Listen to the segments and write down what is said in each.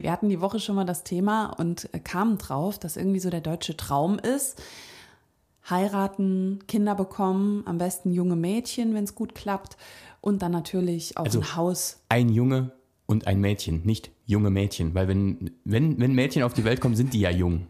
Wir hatten die Woche schon mal das Thema und kamen drauf, dass irgendwie so der deutsche Traum ist. Heiraten, Kinder bekommen, am besten junge Mädchen, wenn es gut klappt. Und dann natürlich auch ein Haus. Ein Junge und ein Mädchen, nicht junge Mädchen. Weil wenn Mädchen auf die Welt kommen, sind die ja jung.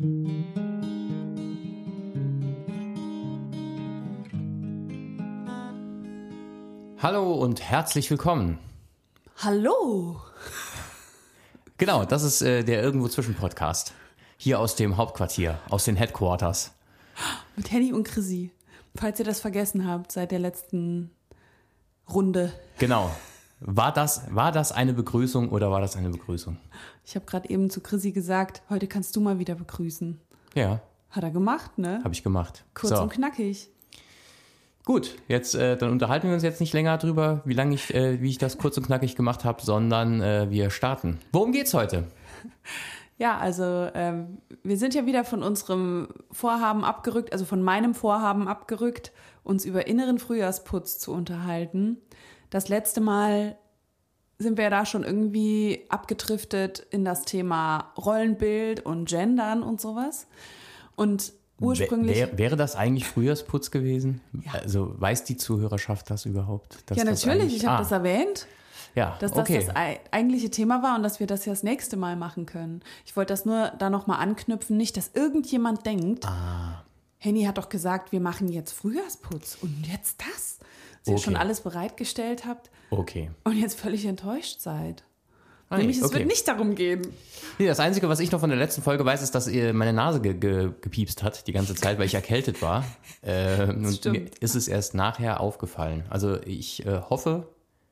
Hallo und herzlich willkommen. Hallo! Genau, das ist der Irgendwo-Zwischen-Podcast. Hier aus dem Hauptquartier, aus den Headquarters. Mit Henny und Chrissy. Falls ihr das vergessen habt seit der letzten Runde. Genau. War das eine Begrüßung oder war das eine Begrüßung? Ich habe gerade eben zu Chrissy gesagt, heute kannst du mal wieder begrüßen. Ja. Hat er gemacht, ne? Habe ich gemacht. Kurz und knackig. Gut, jetzt dann unterhalten wir uns jetzt nicht länger drüber, wie ich das kurz und knackig gemacht habe, sondern wir starten. Worum geht's heute? Ja, also wir sind ja wieder von unserem Vorhaben abgerückt, also von meinem Vorhaben abgerückt, uns über inneren Frühjahrsputz zu unterhalten. Das letzte Mal sind wir da schon irgendwie abgedriftet in das Thema Rollenbild und Gendern und sowas. Und ursprünglich... Wäre das eigentlich Frühjahrsputz gewesen? Ja. Also weiß die Zuhörerschaft das überhaupt? Ja, natürlich, ich habe das erwähnt. Ja, dass das okay. das eigentliche Thema war und dass wir das ja das nächste Mal machen können. Ich wollte das nur da nochmal anknüpfen, nicht, dass irgendjemand denkt, Henny hat doch gesagt, wir machen jetzt Frühjahrsputz und jetzt das. Dass ihr schon alles bereitgestellt habt und jetzt völlig enttäuscht seid. Nämlich, es wird nicht darum gehen. Nee, das Einzige, was ich noch von der letzten Folge weiß, ist, dass meine Nase gepiepst hat die ganze Zeit, weil ich erkältet war. Und mir ist es erst nachher aufgefallen. Also ich hoffe,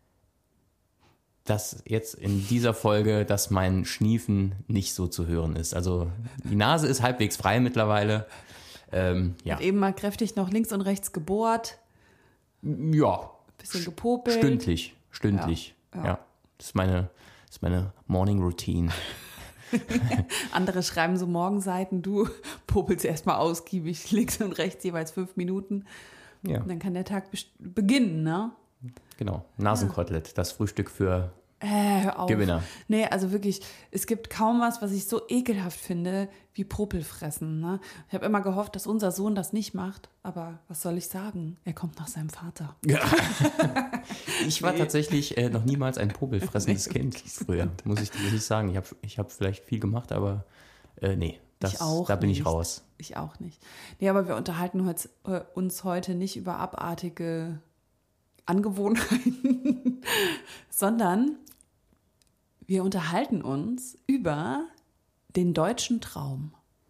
dass jetzt in dieser Folge, dass mein Schniefen nicht so zu hören ist. Also die Nase ist halbwegs frei mittlerweile. Ja. Hat eben mal kräftig noch links und rechts gebohrt. Ja. Bisschen gepopelt. Stündlich. Ja. Das ist meine Morning Routine. Andere schreiben so Morgenseiten, du popelst erstmal ausgiebig links und rechts jeweils 5 Minuten. Ja. Und dann kann der Tag beginnen, ne? Genau, Nasenkotelett, das Frühstück für Hör auf. Gewinner. Nee, also wirklich, es gibt kaum was ich so ekelhaft finde, wie Popelfressen. Ne? Ich habe immer gehofft, dass unser Sohn das nicht macht, aber was soll ich sagen? Er kommt nach seinem Vater. Ja. Ich war tatsächlich noch niemals ein popelfressendes Kind früher, muss ich sagen. Ich hab vielleicht viel gemacht, aber nee, da bin ich raus. Ich auch nicht. Nee, aber wir unterhalten uns heute nicht über abartige Angewohnheiten, sondern wir unterhalten uns über den deutschen Traum.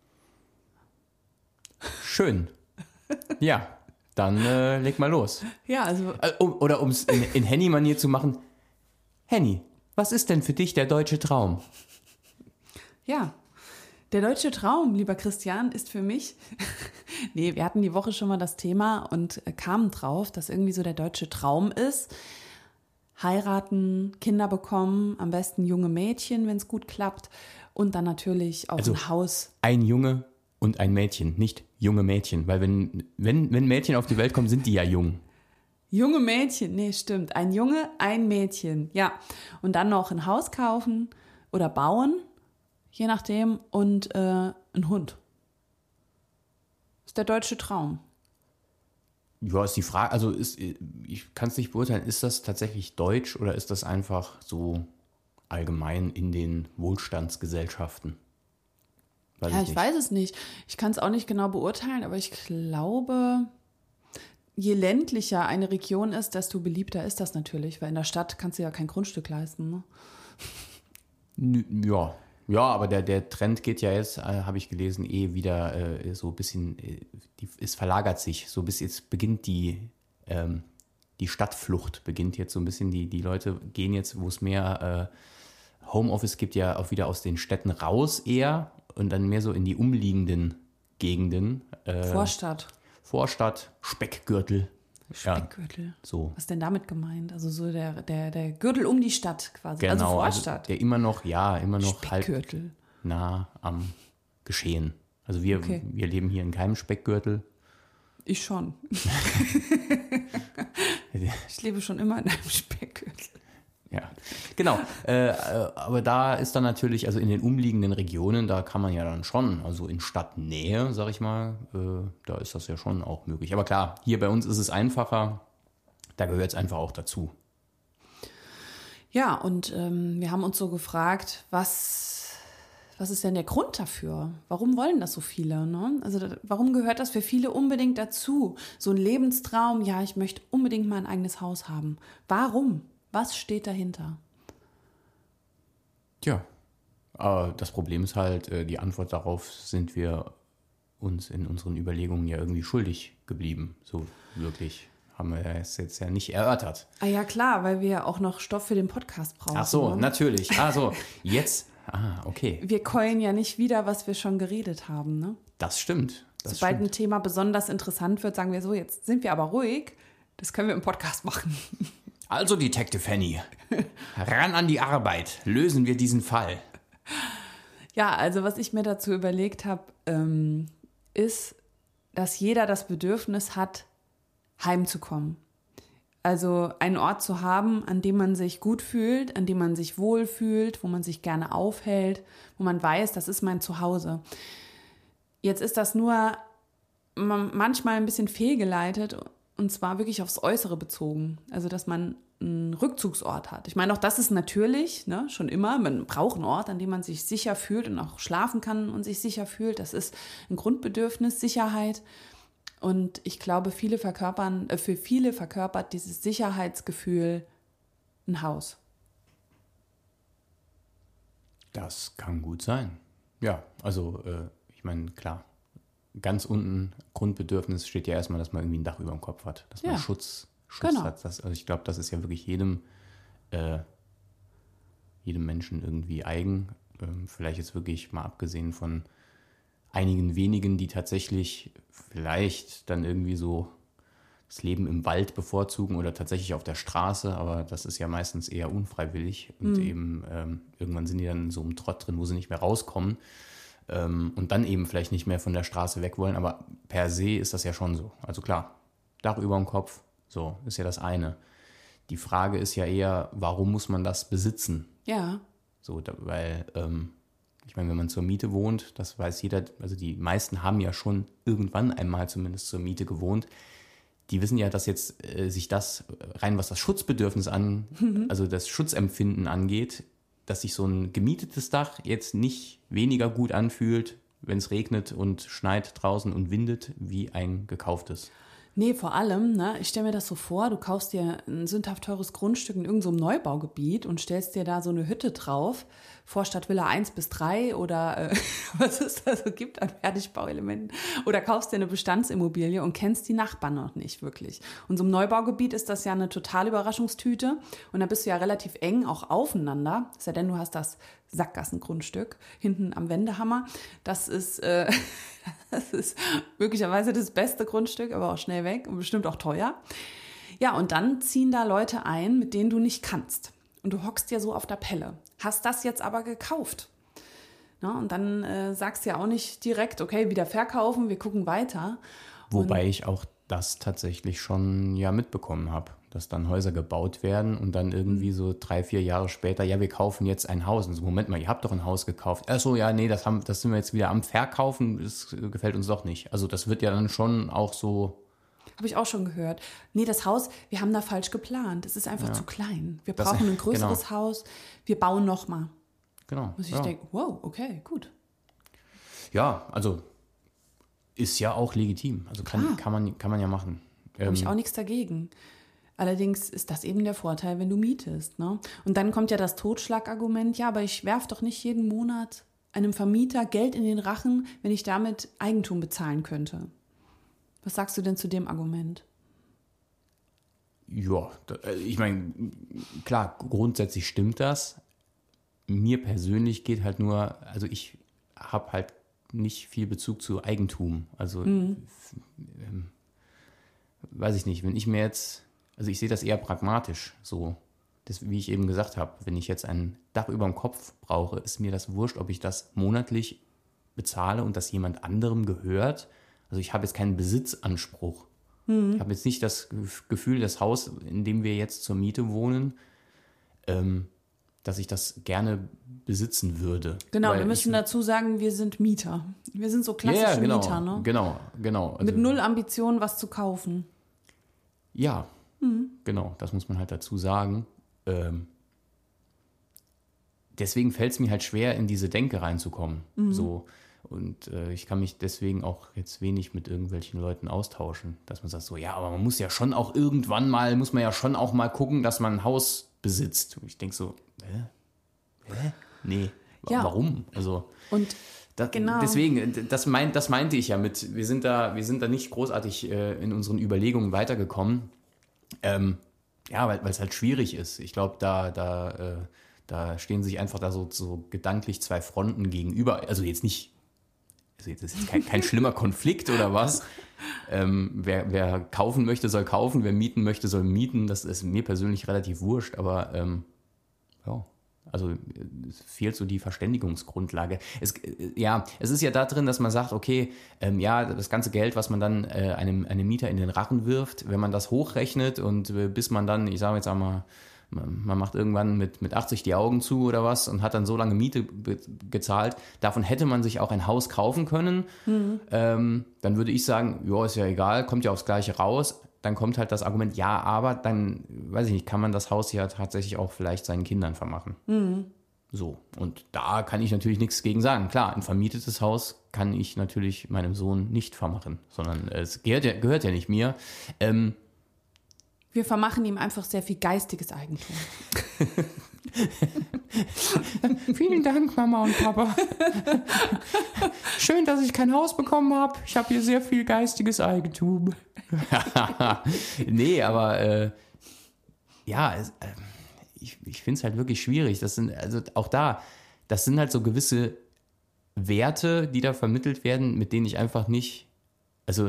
Schön. Ja, dann leg mal los. Ja, also... Oder um es in Henny-Manier zu machen. Henny, was ist denn für dich der deutsche Traum? Ja, der deutsche Traum, lieber Christian, ist für mich... Nee, wir hatten die Woche schon mal das Thema und kamen drauf, dass irgendwie so der deutsche Traum ist. Heiraten, Kinder bekommen, am besten junge Mädchen, wenn es gut klappt. Und dann natürlich auch ein Haus. Ein Junge und ein Mädchen, nicht junge Mädchen. Weil wenn Mädchen auf die Welt kommen, sind die ja jung. Junge Mädchen, nee, stimmt. Ein Junge, ein Mädchen, ja. Und dann noch ein Haus kaufen oder bauen, je nachdem, und ein Hund. Ist der deutsche Traum. Ja, ist die Frage, also ich kann es nicht beurteilen, ist das tatsächlich deutsch oder ist das einfach so allgemein in den Wohlstandsgesellschaften? Ich weiß es nicht. Ich kann es auch nicht genau beurteilen, aber ich glaube, je ländlicher eine Region ist, desto beliebter ist das natürlich, weil in der Stadt kannst du ja kein Grundstück leisten. Ne? Ja, aber der Trend geht ja jetzt, habe ich gelesen, wieder so ein bisschen, es verlagert sich, so bis jetzt beginnt die Stadtflucht, beginnt jetzt so ein bisschen, die Leute gehen jetzt, wo es mehr Homeoffice gibt, ja auch wieder aus den Städten raus eher und dann mehr so in die umliegenden Gegenden. Vorstadt, Speckgürtel. Speckgürtel. Ja, so. Was ist denn damit gemeint? Also so der Gürtel um die Stadt quasi, genau, also Vorstadt. Also der immer noch Speckgürtel. Halt nah am Geschehen. Also wir leben hier in keinem Speckgürtel. Ich schon. Ich lebe schon immer in einem Speckgürtel. Ja, genau. Aber da ist dann natürlich, also in den umliegenden Regionen, da kann man ja dann schon, also in Stadtnähe, sag ich mal, da ist das ja schon auch möglich. Aber klar, hier bei uns ist es einfacher, da gehört es einfach auch dazu. Ja, und wir haben uns so gefragt, was ist denn der Grund dafür? Warum wollen das so viele? Ne? Also warum gehört das für viele unbedingt dazu? So ein Lebenstraum, ja, ich möchte unbedingt mal ein eigenes Haus haben. Warum? Was steht dahinter? Tja, aber das Problem ist halt, die Antwort darauf sind wir uns in unseren Überlegungen ja irgendwie schuldig geblieben. So wirklich haben wir es jetzt ja nicht erörtert. Ah ja, klar, weil wir ja auch noch Stoff für den Podcast brauchen. Ach so, ne? Natürlich. Ah so, jetzt, okay. Wir keulen ja nicht wieder, was wir schon geredet haben. Ne? Das stimmt. Sobald ein Thema besonders interessant wird, sagen wir so, jetzt sind wir aber ruhig, das können wir im Podcast machen. Also Detective Fanny, ran an die Arbeit, lösen wir diesen Fall. Ja, also was ich mir dazu überlegt habe, ist, dass jeder das Bedürfnis hat, heimzukommen. Also einen Ort zu haben, an dem man sich gut fühlt, an dem man sich wohl fühlt, wo man sich gerne aufhält, wo man weiß, das ist mein Zuhause. Jetzt ist das nur manchmal ein bisschen fehlgeleitet, und zwar wirklich aufs Äußere bezogen. Also, dass man einen Rückzugsort hat. Ich meine, auch das ist natürlich, ne, schon immer. Man braucht einen Ort, an dem man sich sicher fühlt und auch schlafen kann und sich sicher fühlt. Das ist ein Grundbedürfnis, Sicherheit. Und ich glaube, für viele verkörpert dieses Sicherheitsgefühl ein Haus. Das kann gut sein. Ja, also ich meine, klar, ganz unten Grundbedürfnis steht ja erstmal, dass man irgendwie ein Dach über dem Kopf hat, dass man Schutz genau. hat. Also ich glaube, das ist ja wirklich jedem Menschen irgendwie eigen. Vielleicht jetzt wirklich mal abgesehen von einigen wenigen, die tatsächlich vielleicht dann irgendwie so das Leben im Wald bevorzugen oder tatsächlich auf der Straße, aber das ist ja meistens eher unfreiwillig und eben irgendwann sind die dann in so einem Trott drin, wo sie nicht mehr rauskommen und dann eben vielleicht nicht mehr von der Straße weg wollen, aber per se ist das ja schon so. Also klar, Dach über dem Kopf, so ist ja das eine. Die Frage ist ja eher, warum muss man das besitzen? Ja. So, weil ich meine, wenn man zur Miete wohnt, das weiß jeder, also die meisten haben ja schon irgendwann einmal zumindest zur Miete gewohnt. Die wissen ja, dass jetzt sich das rein, was das Schutzbedürfnis also das Schutzempfinden angeht, dass sich so ein gemietetes Dach jetzt nicht weniger gut anfühlt, wenn es regnet und schneit draußen und windet, wie ein gekauftes. Nee, vor allem, ne, ich stelle mir das so vor, du kaufst dir ein sündhaft teures Grundstück in irgendeinem Neubaugebiet und stellst dir da so eine Hütte drauf, Vorstadtvilla 1-3 oder was es da so gibt an Fertigbauelementen. Oder kaufst dir eine Bestandsimmobilie und kennst die Nachbarn noch nicht wirklich. Und so im Neubaugebiet ist das ja eine totale Überraschungstüte und da bist du ja relativ eng auch aufeinander, es sei denn, du hast das Sackgassengrundstück hinten am Wendehammer. Das ist möglicherweise das beste Grundstück, aber auch schnell weg und bestimmt auch teuer. Ja, und dann ziehen da Leute ein, mit denen du nicht kannst. Und du hockst dir so auf der Pelle. Hast das jetzt aber gekauft. Na, und dann sagst du ja auch nicht direkt, okay, wieder verkaufen, wir gucken weiter. Wobei ich auch das tatsächlich schon ja mitbekommen habe, dass dann Häuser gebaut werden und dann irgendwie so 3-4 Jahre später, ja, wir kaufen jetzt ein Haus. Und so, Moment mal, ihr habt doch ein Haus gekauft. Ach so, ja, nee, das sind wir jetzt wieder am Verkaufen, das gefällt uns doch nicht. Also das wird ja dann schon auch so... Habe ich auch schon gehört. Nee, das Haus, wir haben da falsch geplant. Es ist einfach zu klein. Wir brauchen ein größeres Haus. Wir bauen nochmal. Genau. Muss ich denken, wow, okay, gut. Ja, also ist ja auch legitim. Also kann man ja machen. Habe ich auch nichts dagegen. Allerdings ist das eben der Vorteil, wenn du mietest. Ne? Und dann kommt ja das Totschlagargument, ja, aber ich werfe doch nicht jeden Monat einem Vermieter Geld in den Rachen, wenn ich damit Eigentum bezahlen könnte. Was sagst du denn zu dem Argument? Ja, ich meine, klar, grundsätzlich stimmt das. Mir persönlich geht halt nur, also ich habe halt nicht viel Bezug zu Eigentum. Also, weiß ich nicht, wenn ich mir jetzt, also ich sehe das eher pragmatisch so. Das, wie ich eben gesagt habe, wenn ich jetzt ein Dach über dem Kopf brauche, ist mir das wurscht, ob ich das monatlich bezahle und das jemand anderem gehört. Also ich habe jetzt keinen Besitzanspruch. Ich habe jetzt nicht das Gefühl, das Haus, in dem wir jetzt zur Miete wohnen, dass ich das gerne besitzen würde. Genau, Weil wir müssen dazu sagen, wir sind Mieter. Wir sind so klassische genau, Mieter, ne? Genau. Also, Mit null Ambitionen, was zu kaufen. Ja, genau, das muss man halt dazu sagen. Deswegen fällt es mir halt schwer, in diese Denke reinzukommen. So. Und ich kann mich deswegen auch jetzt wenig mit irgendwelchen Leuten austauschen, dass man sagt so, ja, aber man muss ja schon auch irgendwann mal, muss man ja schon auch mal gucken, dass man ein Haus besitzt. Und ich denke so, Nee, Ja. Warum? Also Und genau. Deswegen, das meinte ich ja mit, wir sind da nicht großartig in unseren Überlegungen weitergekommen. Weil es halt schwierig ist. Ich glaube, da stehen sich einfach da so gedanklich zwei Fronten gegenüber. Also jetzt nicht, das ist jetzt kein schlimmer Konflikt oder was. Wer kaufen möchte, soll kaufen. Wer mieten möchte, soll mieten. Das ist mir persönlich relativ wurscht. Aber also es fehlt so die Verständigungsgrundlage. Es ist ja da drin, dass man sagt, okay, das ganze Geld, was man dann einem Mieter in den Rachen wirft, wenn man das hochrechnet und bis man dann, ich sage jetzt einmal, man macht irgendwann mit 80 die Augen zu oder was und hat dann so lange Miete gezahlt. Davon hätte man sich auch ein Haus kaufen können. Dann würde ich sagen, ist ja egal, kommt ja aufs Gleiche raus. Dann kommt halt das Argument, ja, aber dann, weiß ich nicht, kann man das Haus ja tatsächlich auch vielleicht seinen Kindern vermachen. So, und da kann ich natürlich nichts gegen sagen. Klar, ein vermietetes Haus kann ich natürlich meinem Sohn nicht vermachen, sondern es gehört ja nicht mir. Wir vermachen ihm einfach sehr viel geistiges Eigentum. Vielen Dank, Mama und Papa. Schön, dass ich kein Haus bekommen habe. Ich habe hier sehr viel geistiges Eigentum. Nee, aber ich finde es halt wirklich schwierig. Das sind halt so gewisse Werte, die da vermittelt werden, mit denen ich einfach nicht, also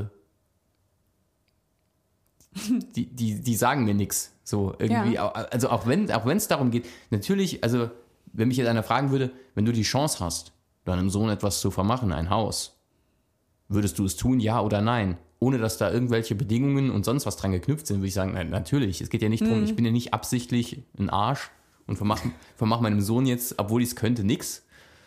die sagen mir nichts. So irgendwie, also auch wenn es darum geht, natürlich, also wenn mich jetzt einer fragen würde, wenn du die Chance hast, deinem Sohn etwas zu vermachen, ein Haus, würdest du es tun, ja oder nein? Ohne dass da irgendwelche Bedingungen und sonst was dran geknüpft sind, würde ich sagen, nein, natürlich. Es geht ja nicht darum, ich bin ja nicht absichtlich ein Arsch und vermach meinem Sohn jetzt, obwohl ich es könnte, nix.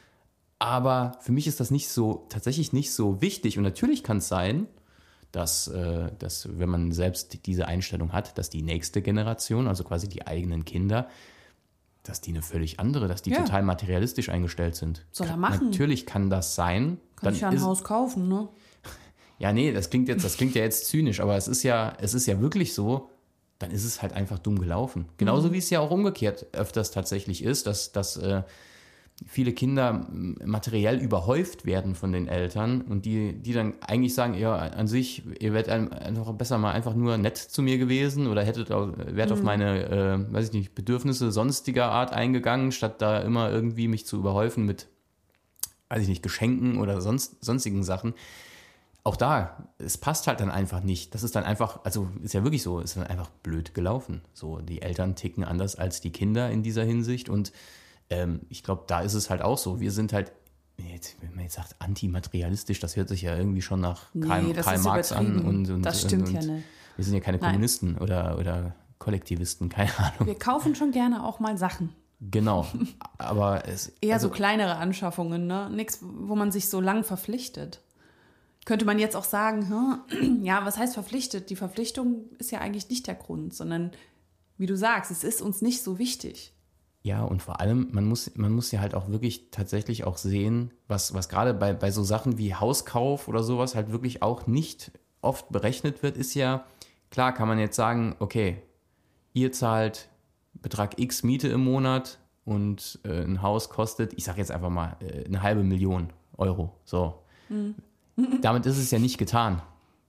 Aber für mich ist das tatsächlich nicht so wichtig. Und natürlich kann es sein, dass wenn man selbst diese Einstellung hat, dass die nächste Generation, also quasi die eigenen Kinder, dass die eine völlig andere, dass die total materialistisch eingestellt sind. Soll er machen. Natürlich kann das sein. Kann ich ja ein Haus kaufen, ne? Ja, nee, das klingt ja jetzt zynisch, aber es ist ja wirklich so, dann ist es halt einfach dumm gelaufen. Genauso wie es ja auch umgekehrt öfters tatsächlich ist, dass viele Kinder materiell überhäuft werden von den Eltern und die dann eigentlich sagen, ja, an sich, ihr wärt einfach besser mal einfach nur nett zu mir gewesen oder wärt auf meine, weiß ich nicht, Bedürfnisse sonstiger Art eingegangen, statt da immer irgendwie mich zu überhäufen mit, weiß ich nicht, Geschenken oder sonstigen Sachen. Auch da, es passt halt dann einfach nicht. Das ist dann einfach, also ist ja wirklich so, ist dann einfach blöd gelaufen. So, die Eltern ticken anders als die Kinder in dieser Hinsicht und ich glaube, da ist es halt auch so. Wir sind halt, wenn man jetzt sagt, antimaterialistisch, das hört sich ja irgendwie schon nach Karl Marx an. Und das stimmt ja nicht. Wir sind ja keine Kommunisten oder Kollektivisten, keine Ahnung. Wir kaufen schon gerne auch mal Sachen. Genau, aber eher so kleinere Anschaffungen, ne? Nichts, wo man sich so lang verpflichtet. Könnte man jetzt auch sagen, ja, was heißt verpflichtet? Die Verpflichtung ist ja eigentlich nicht der Grund, sondern, wie du sagst, es ist uns nicht so wichtig. Ja, und vor allem, man muss ja halt auch wirklich tatsächlich auch sehen, was gerade bei so Sachen wie Hauskauf oder sowas halt wirklich auch nicht oft berechnet wird, ist ja, klar kann man jetzt sagen, okay, ihr zahlt Betrag X Miete im Monat und ein Haus kostet, ich sag jetzt einfach mal, 500.000 Euro. So. Damit ist es ja nicht getan.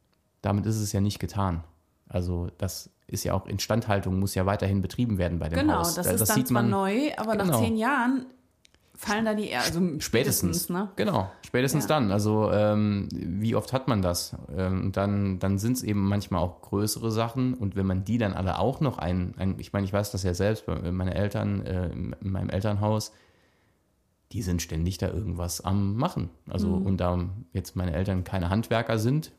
Also das ist ja auch, Instandhaltung muss ja weiterhin betrieben werden bei dem Haus. Genau, das ist dann zwar neu, aber nach 10 Jahren fallen da die, also spätestens, ne? Genau, spätestens dann. Also wie oft hat man das? Dann sind es eben manchmal auch größere Sachen und wenn man die dann alle auch noch ich meine, ich weiß das ja selbst, meine Eltern in meinem Elternhaus, die sind ständig da irgendwas am Machen. Also und da jetzt meine Eltern keine Handwerker sind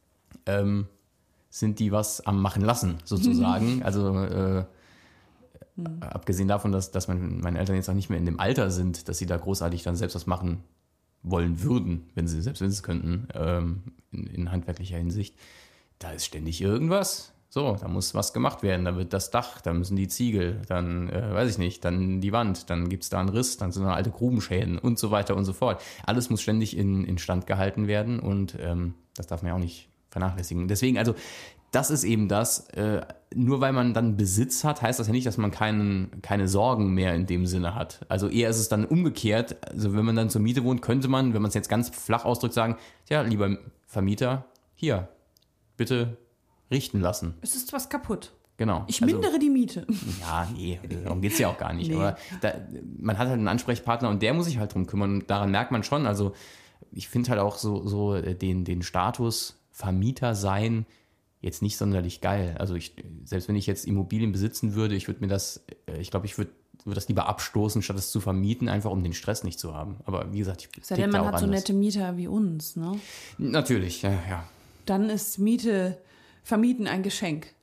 die was am Machen lassen, sozusagen. Also Abgesehen davon, dass meine Eltern jetzt auch nicht mehr in dem Alter sind, dass sie da großartig dann selbst was machen wollen würden, wenn sie es könnten, in handwerklicher Hinsicht. Da ist ständig irgendwas. So, da muss was gemacht werden. Da wird das Dach, da müssen die Ziegel, dann, weiß ich nicht, dann die Wand, dann gibt es da einen Riss, dann sind da alte Grubenschäden und so weiter und so fort. Alles muss ständig in Stand gehalten werden und das darf man ja auch nicht vernachlässigen. Deswegen, also, das ist eben das. Nur weil man dann Besitz hat, heißt das ja nicht, dass man keine Sorgen mehr in dem Sinne hat. Also eher ist es dann umgekehrt. Also wenn man dann zur Miete wohnt, könnte man, wenn man es jetzt ganz flach ausdrückt, sagen, ja, lieber Vermieter, hier, bitte richten lassen. Es ist was kaputt. Genau. Ich mindere die Miete. Ja, nee, darum geht es ja auch gar nicht. Nee. Aber man hat halt einen Ansprechpartner und der muss sich halt drum kümmern. Und daran merkt man schon, also ich finde halt auch so den Status Vermieter sein jetzt nicht sonderlich geil. Also selbst wenn ich jetzt Immobilien besitzen würde, ich würde das lieber abstoßen, statt es zu vermieten, einfach um den Stress nicht zu haben. Aber wie gesagt, ich Sei denn, man hat so nette Mieter wie uns, ne? Natürlich, ja. Dann ist Vermieten ein Geschenk.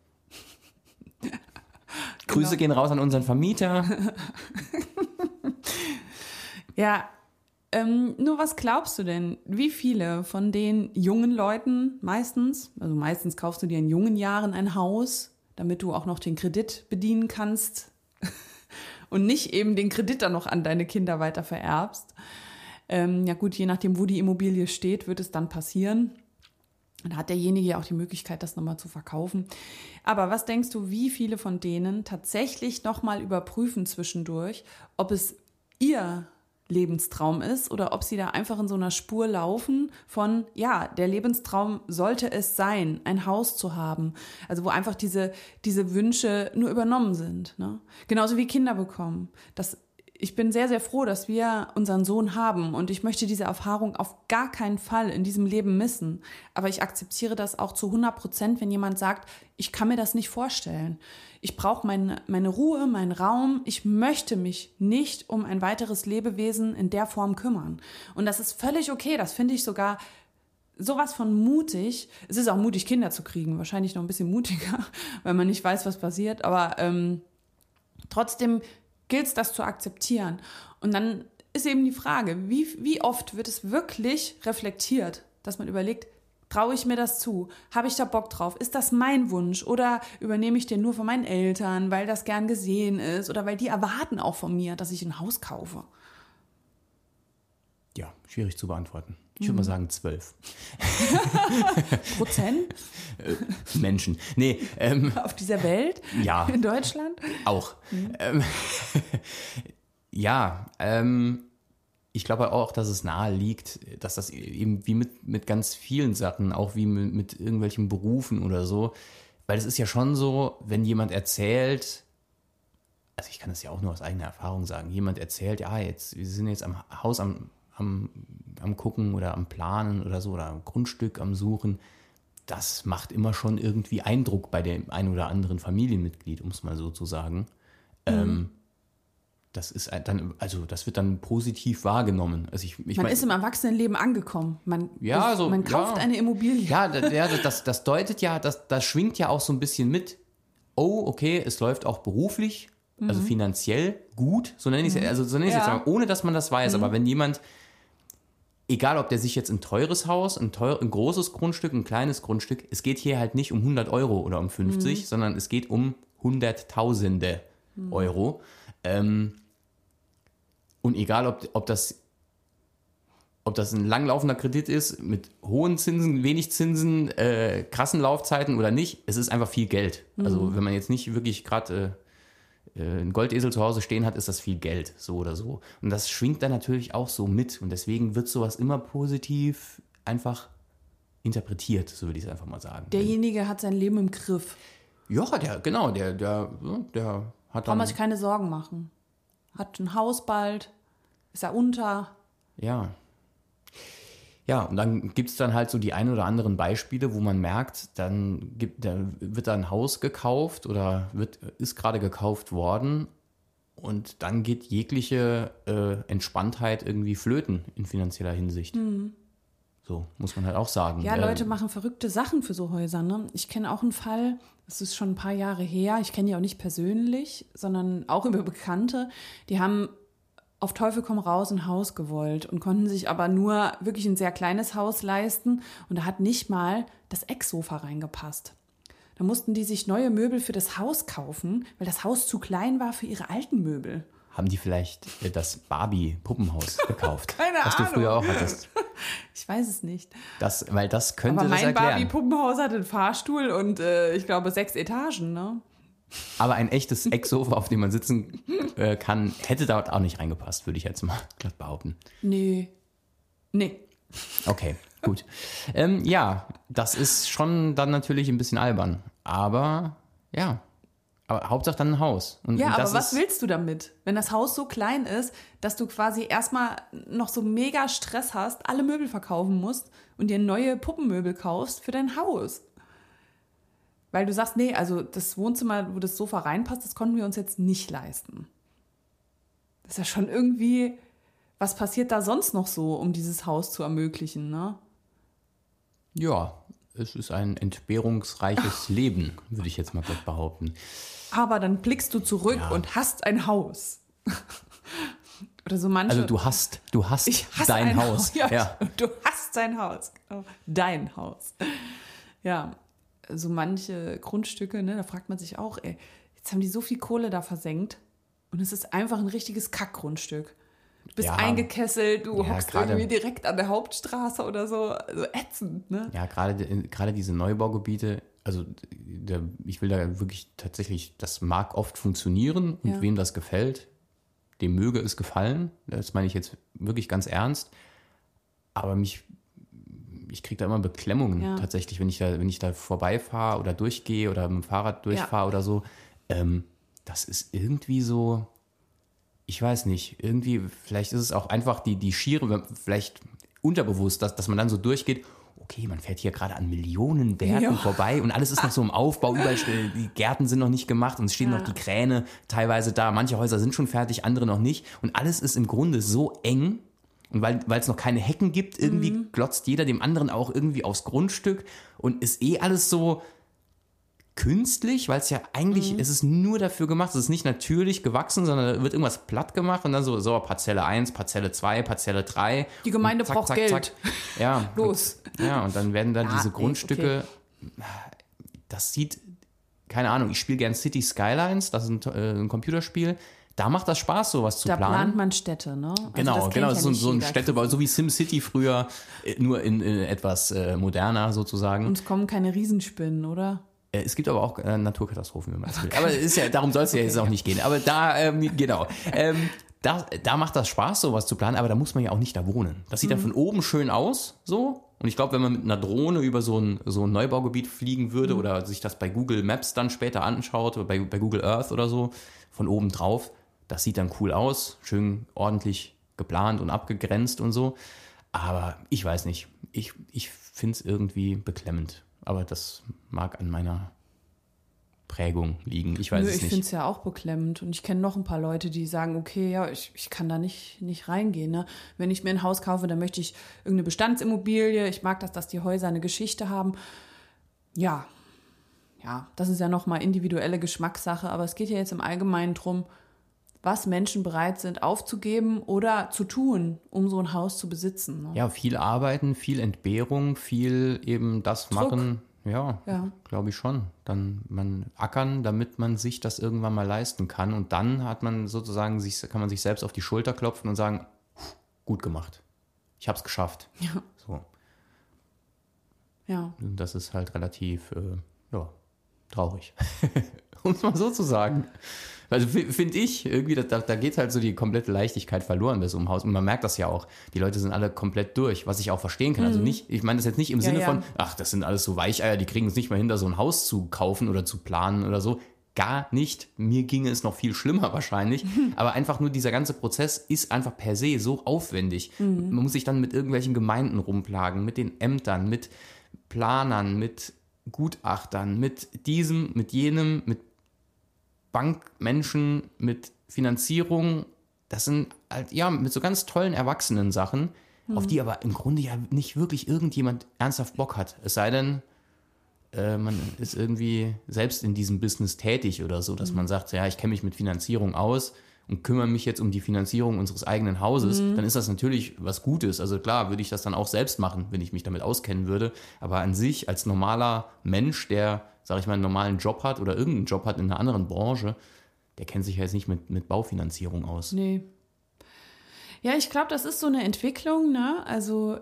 Grüße gehen raus an unseren Vermieter. Ja, nur was glaubst du denn, wie viele von den jungen Leuten meistens kaufst du dir in jungen Jahren ein Haus, damit du auch noch den Kredit bedienen kannst und nicht eben den Kredit dann noch an deine Kinder weiter vererbst. Ja gut, je nachdem, wo die Immobilie steht, wird es dann passieren. Dann hat derjenige ja auch die Möglichkeit, das nochmal zu verkaufen. Aber was denkst du, wie viele von denen tatsächlich nochmal überprüfen zwischendurch, ob es ihr Lebenstraum ist oder ob sie da einfach in so einer Spur laufen von, ja, der Lebenstraum sollte es sein, ein Haus zu haben. Also wo einfach diese Wünsche nur übernommen sind. Ne? Genauso wie Kinder bekommen. Ich bin sehr, sehr froh, dass wir unseren Sohn haben und ich möchte diese Erfahrung auf gar keinen Fall in diesem Leben missen. Aber ich akzeptiere das auch zu 100%, wenn jemand sagt, ich kann mir das nicht vorstellen. Ich brauche meine Ruhe, meinen Raum. Ich möchte mich nicht um ein weiteres Lebewesen in der Form kümmern. Und das ist völlig okay. Das finde ich sogar sowas von mutig. Es ist auch mutig, Kinder zu kriegen. Wahrscheinlich noch ein bisschen mutiger, weil man nicht weiß, was passiert. Aber trotzdem gilt es, das zu akzeptieren. Und dann ist eben die Frage, wie oft wird es wirklich reflektiert, dass man überlegt, traue ich mir das zu? Habe ich da Bock drauf? Ist das mein Wunsch? Oder übernehme ich den nur von meinen Eltern, weil das gern gesehen ist? Oder weil die erwarten auch von mir, dass ich ein Haus kaufe? Ja, schwierig zu beantworten. Ich würde mal sagen 12. Prozent? Menschen. Nee. Auf dieser Welt? Ja. In Deutschland? Auch. Ja, ich glaube auch, dass es nahe liegt, dass das eben wie mit ganz vielen Sachen, auch wie mit irgendwelchen Berufen oder so, weil es ist ja schon so, wenn jemand erzählt, also ich kann das ja auch nur aus eigener Erfahrung sagen, jemand erzählt, ja, wir sind jetzt am Haus am Gucken oder am Planen oder so oder am Grundstück am Suchen, das macht immer schon irgendwie Eindruck bei dem ein oder anderen Familienmitglied, um es mal so zu sagen. Das ist dann, also das wird dann positiv wahrgenommen. Also man ist im Erwachsenenleben angekommen. Man kauft eine Immobilie. Ja, das deutet ja, das schwingt ja auch so ein bisschen mit. Oh, okay, es läuft auch beruflich, also finanziell gut, so nenne ich es jetzt mal, ohne dass man das weiß. Aber wenn jemand, egal ob der sich jetzt ein teures Haus, ein großes Grundstück, ein kleines Grundstück, es geht hier halt nicht um 100 Euro oder um 50, sondern es geht um Hunderttausende Euro. Und egal, ob das ein langlaufender Kredit ist, mit hohen Zinsen, wenig Zinsen, krassen Laufzeiten oder nicht, es ist einfach viel Geld. Also wenn man jetzt nicht wirklich gerade einen Goldesel zu Hause stehen hat, ist das viel Geld, so oder so. Und das schwingt dann natürlich auch so mit. Und deswegen wird sowas immer positiv einfach interpretiert, so würde ich es einfach mal sagen. Derjenige hat sein Leben im Griff. Ja, der hat dann... Braucht man sich keine Sorgen machen. Hat ein Haus bald, ist er unter. Ja. Ja, und dann gibt es dann halt so die ein oder anderen Beispiele, wo man merkt, da wird da ein Haus gekauft oder ist gerade gekauft worden und dann geht jegliche Entspanntheit irgendwie flöten in finanzieller Hinsicht. So, muss man halt auch sagen. Ja, Leute machen verrückte Sachen für so Häuser. Ne? Ich kenne auch einen Fall, das ist schon ein paar Jahre her, ich kenne die auch nicht persönlich, sondern auch über Bekannte, die haben auf Teufel komm raus ein Haus gewollt und konnten sich aber nur wirklich ein sehr kleines Haus leisten und da hat nicht mal das Ecksofa reingepasst. Da mussten die sich neue Möbel für das Haus kaufen, weil das Haus zu klein war für ihre alten Möbel. Haben die vielleicht das Barbie-Puppenhaus gekauft? Keine was Ahnung. Du früher auch hattest. Ich weiß es nicht. Weil das könnte aber das mein erklären. Barbie-Puppenhaus hatte einen Fahrstuhl und ich glaube 6 Etagen, ne? Aber ein echtes Ecksofa, auf dem man sitzen kann, hätte dort auch nicht reingepasst, würde ich jetzt mal glatt behaupten. Nee. Okay, gut. Ja, das ist schon dann natürlich ein bisschen albern. Aber ja, aber Hauptsache dann ein Haus. Und Ja, das aber was willst du damit? Wenn das Haus so klein ist, dass du quasi erstmal noch so mega Stress hast, alle Möbel verkaufen musst und dir neue Puppenmöbel kaufst für dein Haus. Weil du sagst, nee, also das Wohnzimmer, wo das Sofa reinpasst, das konnten wir uns jetzt nicht leisten. Das ist ja schon irgendwie, was passiert da sonst noch so, um dieses Haus zu ermöglichen, ne? Ja, es ist ein entbehrungsreiches Leben, würde ich jetzt mal gleich behaupten. Aber dann blickst du zurück und hast ein Haus. Oder so manche. Also du hast Ich hasse dein ein Haus. Ja. Du hast dein Haus. Genau. Dein Haus. Ja, so manche Grundstücke, ne, da fragt man sich auch, ey, jetzt haben die so viel Kohle da versenkt und es ist einfach ein richtiges Kackgrundstück. Du bist eingekesselt, du hockst irgendwie direkt an der Hauptstraße oder so. Also ätzend, ne? Ja, gerade diese Neubaugebiete, also ich will da wirklich tatsächlich, das mag oft funktionieren und wem das gefällt, dem möge es gefallen. Das meine ich jetzt wirklich ganz ernst. Aber ich kriege da immer Beklemmungen tatsächlich, wenn ich da vorbeifahre oder durchgehe oder mit dem Fahrrad durchfahre oder so. Das ist irgendwie so, ich weiß nicht, irgendwie, vielleicht ist es auch einfach die schiere, vielleicht unterbewusst, dass man dann so durchgeht, okay, man fährt hier gerade an Millionen Werken vorbei und alles ist noch so im Aufbau, überall die Gärten sind noch nicht gemacht und es stehen noch die Kräne teilweise da, manche Häuser sind schon fertig, andere noch nicht und alles ist im Grunde so eng. Und weil es noch keine Hecken gibt, irgendwie glotzt jeder dem anderen auch irgendwie aufs Grundstück und ist alles so künstlich, weil es ja eigentlich, es ist nur dafür gemacht, es ist nicht natürlich gewachsen, sondern da wird irgendwas platt gemacht und dann so Parzelle 1, Parzelle 2, Parzelle 3. Die Gemeinde braucht Geld. Zack. Ja. Los. Und dann werden dann diese Grundstücke, das sieht, keine Ahnung, ich spiele gern City Skylines, das ist ein Computerspiel. Da macht das Spaß, sowas zu planen. Da plant man Städte, ne? Genau, so ein Städtebau, so wie SimCity früher, nur in etwas moderner sozusagen. Und es kommen keine Riesenspinnen, oder? Es gibt aber auch Naturkatastrophen, wenn man das will. Aber ist ja, darum soll es ja jetzt auch nicht gehen. Aber da, genau. Da macht das Spaß, sowas zu planen, aber da muss man ja auch nicht da wohnen. Das sieht dann von oben schön aus, so. Und ich glaube, wenn man mit einer Drohne über so ein Neubaugebiet fliegen würde oder sich das bei Google Maps dann später anschaut oder bei Google Earth oder so, von oben drauf, das sieht dann cool aus, schön ordentlich geplant und abgegrenzt und so. Aber ich weiß nicht, ich finde es irgendwie beklemmend. Aber das mag an meiner Prägung liegen. Ich weiß es nicht. Ich finde es ja auch beklemmend. Und ich kenne noch ein paar Leute, die sagen, okay, ja, ich kann da nicht reingehen. Ne? Wenn ich mir ein Haus kaufe, dann möchte ich irgendeine Bestandsimmobilie. Ich mag das, dass die Häuser eine Geschichte haben. Ja, das ist ja nochmal individuelle Geschmackssache. Aber es geht ja jetzt im Allgemeinen drum, was Menschen bereit sind aufzugeben oder zu tun, um so ein Haus zu besitzen. Ne? Ja, viel arbeiten, viel Entbehrung, viel eben das Druck. Machen. Ja. Glaube ich schon. Dann man ackern, damit man sich das irgendwann mal leisten kann. Und dann hat man sozusagen kann man sich selbst auf die Schulter klopfen und sagen, gut gemacht. Ich habe es geschafft. Ja. So. Ja. Und das ist halt relativ traurig. Um es mal so zu sagen. Also finde ich, irgendwie, da geht halt so die komplette Leichtigkeit verloren bis um Haus. Und man merkt das ja auch. Die Leute sind alle komplett durch, was ich auch verstehen kann. Also nicht, ich meine das jetzt nicht im Sinne von, ach, das sind alles so Weicheier, die kriegen es nicht mal hin, da so ein Haus zu kaufen oder zu planen oder so. Gar nicht. Mir ginge es noch viel schlimmer wahrscheinlich. Aber einfach nur dieser ganze Prozess ist einfach per se so aufwendig. Man muss sich dann mit irgendwelchen Gemeinden rumplagen, mit den Ämtern, mit Planern, mit Gutachtern, mit diesem, mit jenem, mit Bankmenschen, mit Finanzierung, das sind halt, mit so ganz tollen Erwachsenen Sachen, auf die aber im Grunde ja nicht wirklich irgendjemand ernsthaft Bock hat. Es sei denn, man ist irgendwie selbst in diesem Business tätig oder so, dass man sagt, ja, ich kenne mich mit Finanzierung aus und kümmere mich jetzt um die Finanzierung unseres eigenen Hauses, dann ist das natürlich was Gutes. Also klar, würde ich das dann auch selbst machen, wenn ich mich damit auskennen würde. Aber an sich als normaler Mensch, der, sage ich mal, einen normalen Job hat oder irgendeinen Job hat in einer anderen Branche, der kennt sich ja jetzt nicht mit Baufinanzierung aus. Nee. Ja, ich glaube, das ist so eine Entwicklung, ne? Also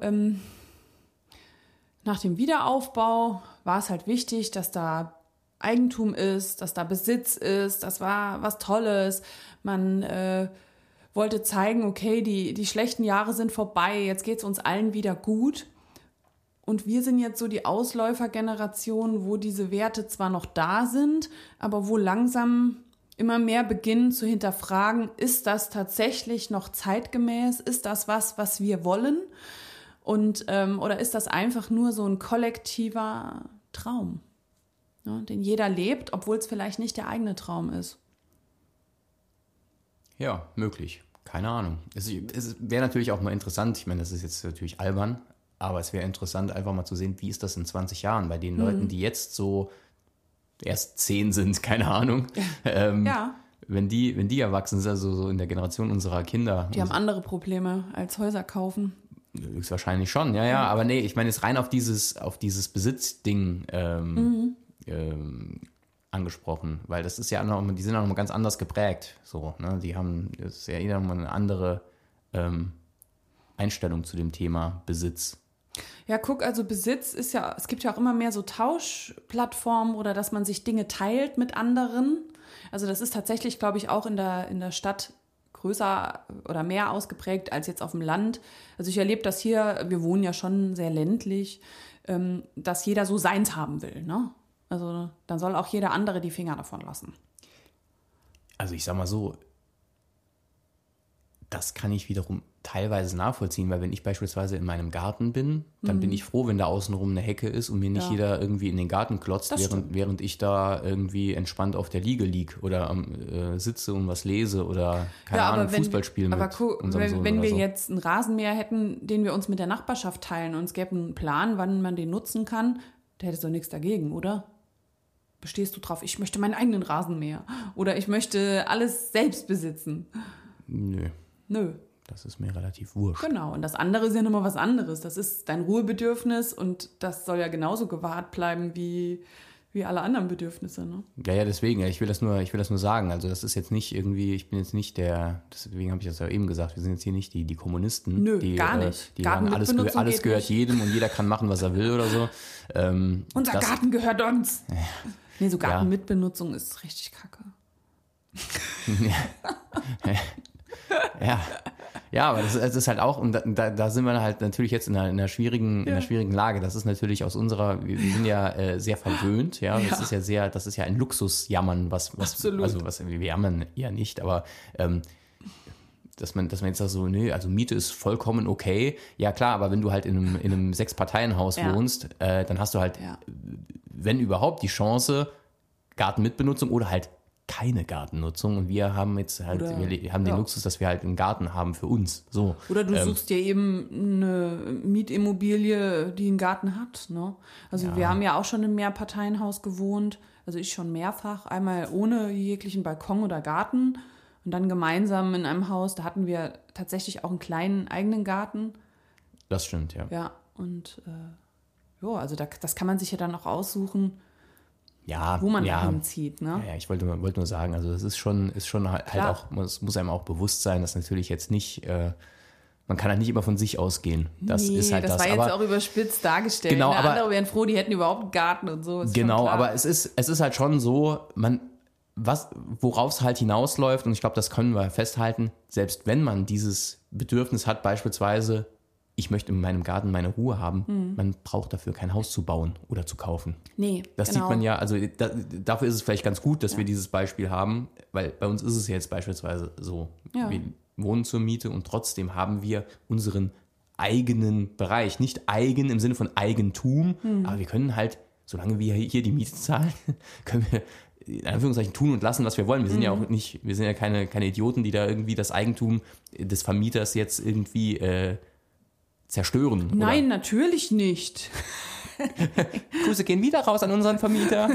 nach dem Wiederaufbau war es halt wichtig, dass da Eigentum ist, dass da Besitz ist, das war was Tolles. Man wollte zeigen, okay, die schlechten Jahre sind vorbei, jetzt geht es uns allen wieder gut. Und wir sind jetzt so die Ausläufergeneration, wo diese Werte zwar noch da sind, aber wo langsam immer mehr beginnen zu hinterfragen, ist das tatsächlich noch zeitgemäß? Ist das was wir wollen? Und, oder ist das einfach nur so ein kollektiver Traum, ne, den jeder lebt, obwohl es vielleicht nicht der eigene Traum ist? Ja, möglich. Keine Ahnung. Es wäre natürlich auch mal interessant, ich meine, das ist jetzt natürlich albern, aber es wäre interessant, einfach mal zu sehen, wie ist das in 20 Jahren bei den Leuten, die jetzt so erst 10 sind, keine Ahnung. Ja. Wenn die erwachsen sind, also so in der Generation unserer Kinder. Die haben andere Probleme als Häuser kaufen. Höchstwahrscheinlich schon, ja, aber nee, ich meine jetzt rein auf dieses Besitzding angesprochen, weil das ist ja noch, die sind auch noch mal ganz anders geprägt, so, ne, das ist ja jeder mal eine andere Einstellung zu dem Thema Besitz. Ja, guck, also Besitz ist ja, es gibt ja auch immer mehr so Tauschplattformen oder dass man sich Dinge teilt mit anderen. Also das ist tatsächlich, glaube ich, auch in der Stadt größer oder mehr ausgeprägt als jetzt auf dem Land. Also ich erlebe das hier, wir wohnen ja schon sehr ländlich, dass jeder so seins haben will, ne? Also dann soll auch jeder andere die Finger davon lassen. Also ich sag mal so, das kann ich wiederum teilweise nachvollziehen, weil wenn ich beispielsweise in meinem Garten bin, dann bin ich froh, wenn da außenrum eine Hecke ist und mir nicht jeder irgendwie in den Garten klotzt, während ich da irgendwie entspannt auf der Liege lieg oder sitze und was lese oder keine Ahnung, Fußball spielen mit unserem Sohn wenn wir oder so. jetzt einen Rasenmäher hätten, den wir uns mit der Nachbarschaft teilen und es gäbe einen Plan, wann man den nutzen kann, da hättest du doch nichts dagegen, oder? Bestehst du drauf, ich möchte meinen eigenen Rasenmäher oder ich möchte alles selbst besitzen? Nö. Das ist mir relativ wurscht. Genau, und das andere ist ja nochmal was anderes. Das ist dein Ruhebedürfnis und das soll ja genauso gewahrt bleiben wie alle anderen Bedürfnisse. Ne? Ja, deswegen, ich will das nur sagen. Also das ist jetzt nicht irgendwie, ich bin jetzt nicht deswegen habe ich das ja eben gesagt, wir sind jetzt hier nicht die Kommunisten. Nö, die, gar nicht. Die sagen, alles gehört jedem und jeder kann machen, was er will oder so. Unser Garten gehört uns. Nee, so Gartenmitbenutzung ist richtig kacke. Ja, aber das ist halt auch, und da sind wir halt natürlich jetzt in einer schwierigen Lage. Das ist natürlich wir sind ja sehr verwöhnt, ja. Das ist ja ein Luxusjammern, Absolut. Wir jammern ja nicht, aber dass man jetzt da so, also Miete ist vollkommen okay. Ja klar, aber wenn du halt in einem 6-Parteien-Haus wohnst, dann hast du halt, wenn überhaupt, die Chance, Gartenmitbenutzung oder halt keine Gartennutzung, und wir haben jetzt halt, wir haben den Luxus, dass wir halt einen Garten haben für uns. So. Oder du suchst dir eben eine Mietimmobilie, die einen Garten hat. Ne? Also wir haben ja auch schon im Mehrparteienhaus gewohnt, also ich schon mehrfach, einmal ohne jeglichen Balkon oder Garten und dann gemeinsam in einem Haus, da hatten wir tatsächlich auch einen kleinen eigenen Garten. Das stimmt, ja. Ja, und also das kann man sich ja dann auch aussuchen, wo man da hinzieht, ne? Ja, ich wollte nur sagen, also das ist schon halt auch, es muss einem auch bewusst sein, dass natürlich jetzt nicht, man kann halt nicht immer von sich ausgehen. Das ist halt das. Das war jetzt auch überspitzt dargestellt. Genau, aber andere wären froh, die hätten überhaupt einen Garten und so. Genau, aber es ist halt schon so, worauf es halt hinausläuft, und ich glaube, das können wir festhalten, selbst wenn man dieses Bedürfnis hat, beispielsweise, ich möchte in meinem Garten meine Ruhe haben, man braucht dafür kein Haus zu bauen oder zu kaufen. Nee, das sieht man ja, also dafür ist es vielleicht ganz gut, dass wir dieses Beispiel haben, weil bei uns ist es jetzt beispielsweise so, wir wohnen zur Miete und trotzdem haben wir unseren eigenen Bereich, nicht eigen im Sinne von Eigentum, aber wir können halt, solange wir hier die Miete zahlen, können wir in Anführungszeichen tun und lassen, was wir wollen. Wir sind ja auch nicht, wir sind ja keine Idioten, die da irgendwie das Eigentum des Vermieters jetzt irgendwie zerstören. Nein, natürlich nicht. Grüße gehen wieder raus an unseren Vermieter.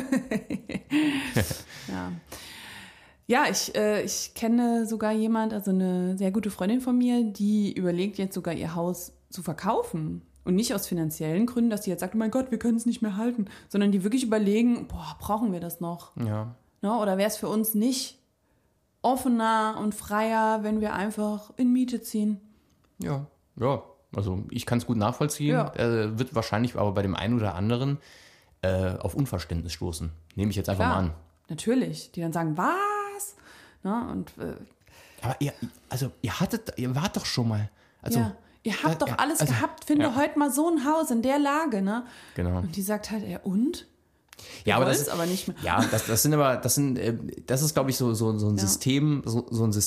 Ja, ich kenne sogar jemand, also eine sehr gute Freundin von mir, die überlegt jetzt sogar ihr Haus zu verkaufen. Und nicht aus finanziellen Gründen, dass die jetzt sagt, oh mein Gott, wir können es nicht mehr halten, sondern die wirklich überlegen, brauchen wir das noch? Ja. Ne? Oder wäre es für uns nicht offener und freier, wenn wir einfach in Miete ziehen? Ja, also ich kann es gut nachvollziehen, Ja. wird wahrscheinlich aber bei dem einen oder anderen auf Unverständnis stoßen. Nehme ich jetzt einfach mal an. Natürlich. Die dann sagen, was? Ne? Und Aber ihr wart doch schon mal. Also, ja, ihr habt doch alles gehabt, finde heute mal so ein Haus in der Lage, ne? Genau. Und die sagt halt, und? Ja, aber das ist aber nicht mehr. Ja, das ist, glaube ich, so ein System, so ein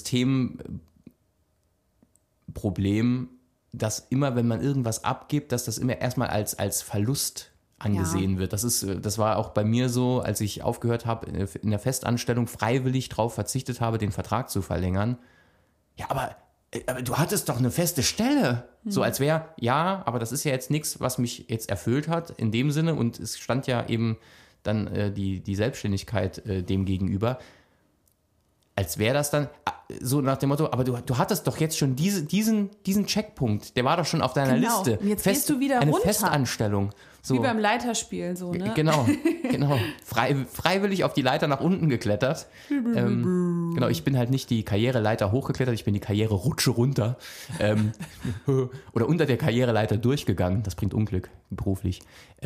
Systemproblem, dass immer, wenn man irgendwas abgibt, dass das immer erstmal als Verlust angesehen wird. Das war auch bei mir so, als ich aufgehört habe, in der Festanstellung freiwillig darauf verzichtet habe, den Vertrag zu verlängern. Ja, aber du hattest doch eine feste Stelle. So als wäre, ja, aber das ist ja jetzt nichts, was mich jetzt erfüllt hat in dem Sinne. Und es stand ja eben dann die Selbstständigkeit dem gegenüber. Als wäre das dann so nach dem Motto, aber du hattest doch jetzt schon diesen Checkpunkt, der war doch schon auf deiner Liste. Und jetzt gehst du wieder eine runter. Festanstellung. So. Wie beim Leiterspiel, so, ne? Genau. Freiwillig auf die Leiter nach unten geklettert. Genau, ich bin halt nicht die Karriereleiter hochgeklettert, ich bin die Karriererutsche runter. Oder unter der Karriereleiter durchgegangen. Das bringt Unglück, beruflich.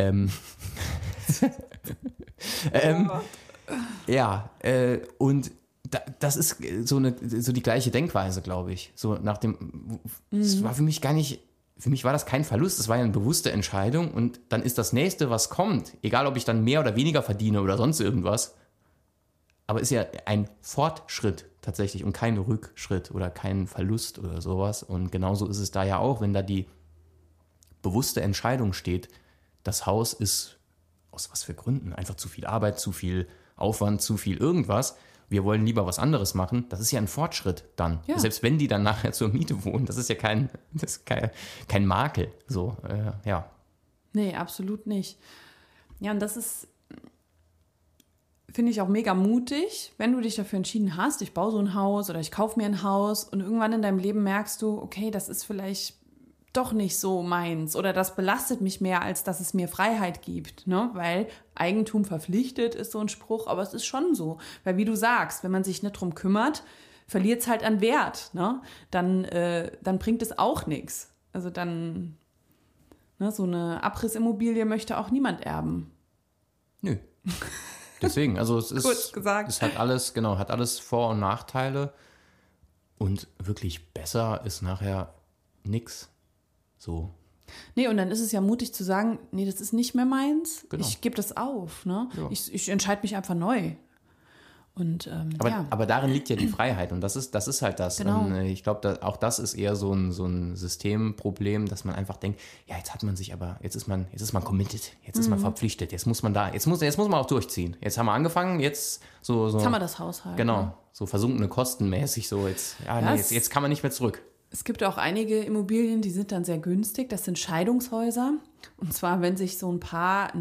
Und das ist so die gleiche Denkweise, glaube ich. So nach dem, das war für mich war das kein Verlust, das war ja eine bewusste Entscheidung und dann ist das nächste, was kommt, egal ob ich dann mehr oder weniger verdiene oder sonst irgendwas, aber ist ja ein Fortschritt tatsächlich und kein Rückschritt oder kein Verlust oder sowas. Und genauso ist es da ja auch, wenn da die bewusste Entscheidung steht, das Haus ist aus was für Gründen, einfach zu viel Arbeit, zu viel Aufwand, zu viel irgendwas. Wir wollen lieber was anderes machen, das ist ja ein Fortschritt dann. Ja. Selbst wenn die dann nachher zur Miete wohnen, das ist ja kein Makel. So, ja. Nee, absolut nicht. Ja, und das ist, finde ich auch mega mutig, wenn du dich dafür entschieden hast, ich baue so ein Haus oder ich kaufe mir ein Haus und irgendwann in deinem Leben merkst du, okay, das ist vielleicht doch nicht so meins oder das belastet mich mehr, als dass es mir Freiheit gibt, ne? Weil Eigentum verpflichtet ist so ein Spruch, aber es ist schon so, weil wie du sagst, wenn man sich nicht drum kümmert, verliert es halt an Wert, ne? Dann bringt es auch nichts. Also dann, ne, so eine Abrissimmobilie möchte auch niemand erben. Nö. Deswegen, also es ist, kurz gesagt. Es hat alles Vor- und Nachteile und wirklich besser ist nachher nix. So. Nee, und dann ist es ja mutig zu sagen, nee, das ist nicht mehr meins, genau. Ich gebe das auf, ne? Ja. Ich entscheide mich einfach neu. Und, aber darin liegt ja die Freiheit und das ist halt das. Genau. Ich glaube, auch das ist eher so ein Systemproblem, dass man einfach denkt, ja, jetzt ist man committed, jetzt ist man verpflichtet, jetzt muss man auch durchziehen. Jetzt haben wir angefangen, jetzt so. Jetzt haben wir das Haus halt. Genau, ne? so versunkene Kostenmäßig so jetzt kann man nicht mehr zurück. Es gibt auch einige Immobilien, die sind dann sehr günstig. Das sind Scheidungshäuser. Und zwar, wenn sich so ein Paar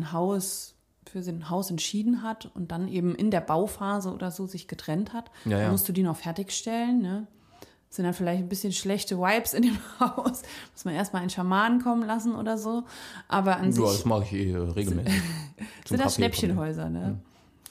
für ein Haus entschieden hat und dann eben in der Bauphase oder so sich getrennt hat, dann musst du die noch fertigstellen. Ne? Das sind dann vielleicht ein bisschen schlechte Vibes in dem Haus. Muss man erstmal einen Schamanen kommen lassen oder so. Aber an sich. Ja, das mache ich regelmäßig. Sind das Schnäppchenhäuser, ne?